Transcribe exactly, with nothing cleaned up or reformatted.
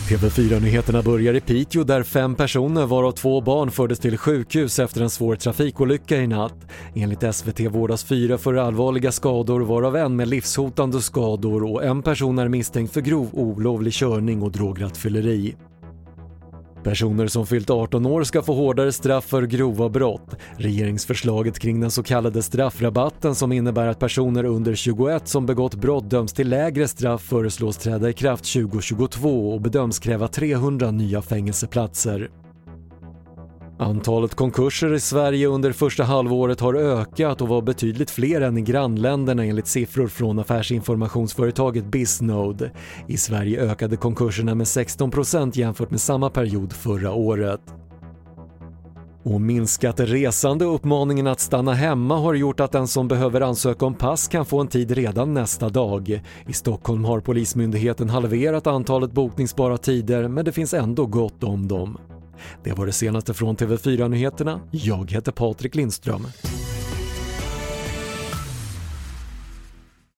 T V fyra-nyheterna börjar i Piteå där fem personer varav två barn fördes till sjukhus efter en svår trafikolycka i natt. Enligt S V T vårdas fyra för allvarliga skador varav en med livshotande skador och en person är misstänkt för grov olovlig körning och drograttfylleri. Personer som fyllt arton år ska få hårdare straff för grova brott. Regeringsförslaget kring den så kallade straffrabatten som innebär att personer under tjugoett som begått brott döms till lägre straff föreslås träda i kraft tjugo tjugotvå och bedöms kräva trehundra nya fängelseplatser. Antalet konkurser i Sverige under första halvåret har ökat och var betydligt fler än i grannländerna enligt siffror från affärsinformationsföretaget Bisnode. I Sverige ökade konkurserna med sexton procent jämfört med samma period förra året. Och minskat resande och uppmaningen att stanna hemma har gjort att den som behöver ansöka om pass kan få en tid redan nästa dag. I Stockholm har Polismyndigheten halverat antalet bokningsbara tider men det finns ändå gott om dem. Det var det senaste från T V fyra-nyheterna. Jag heter Patrik Lindström.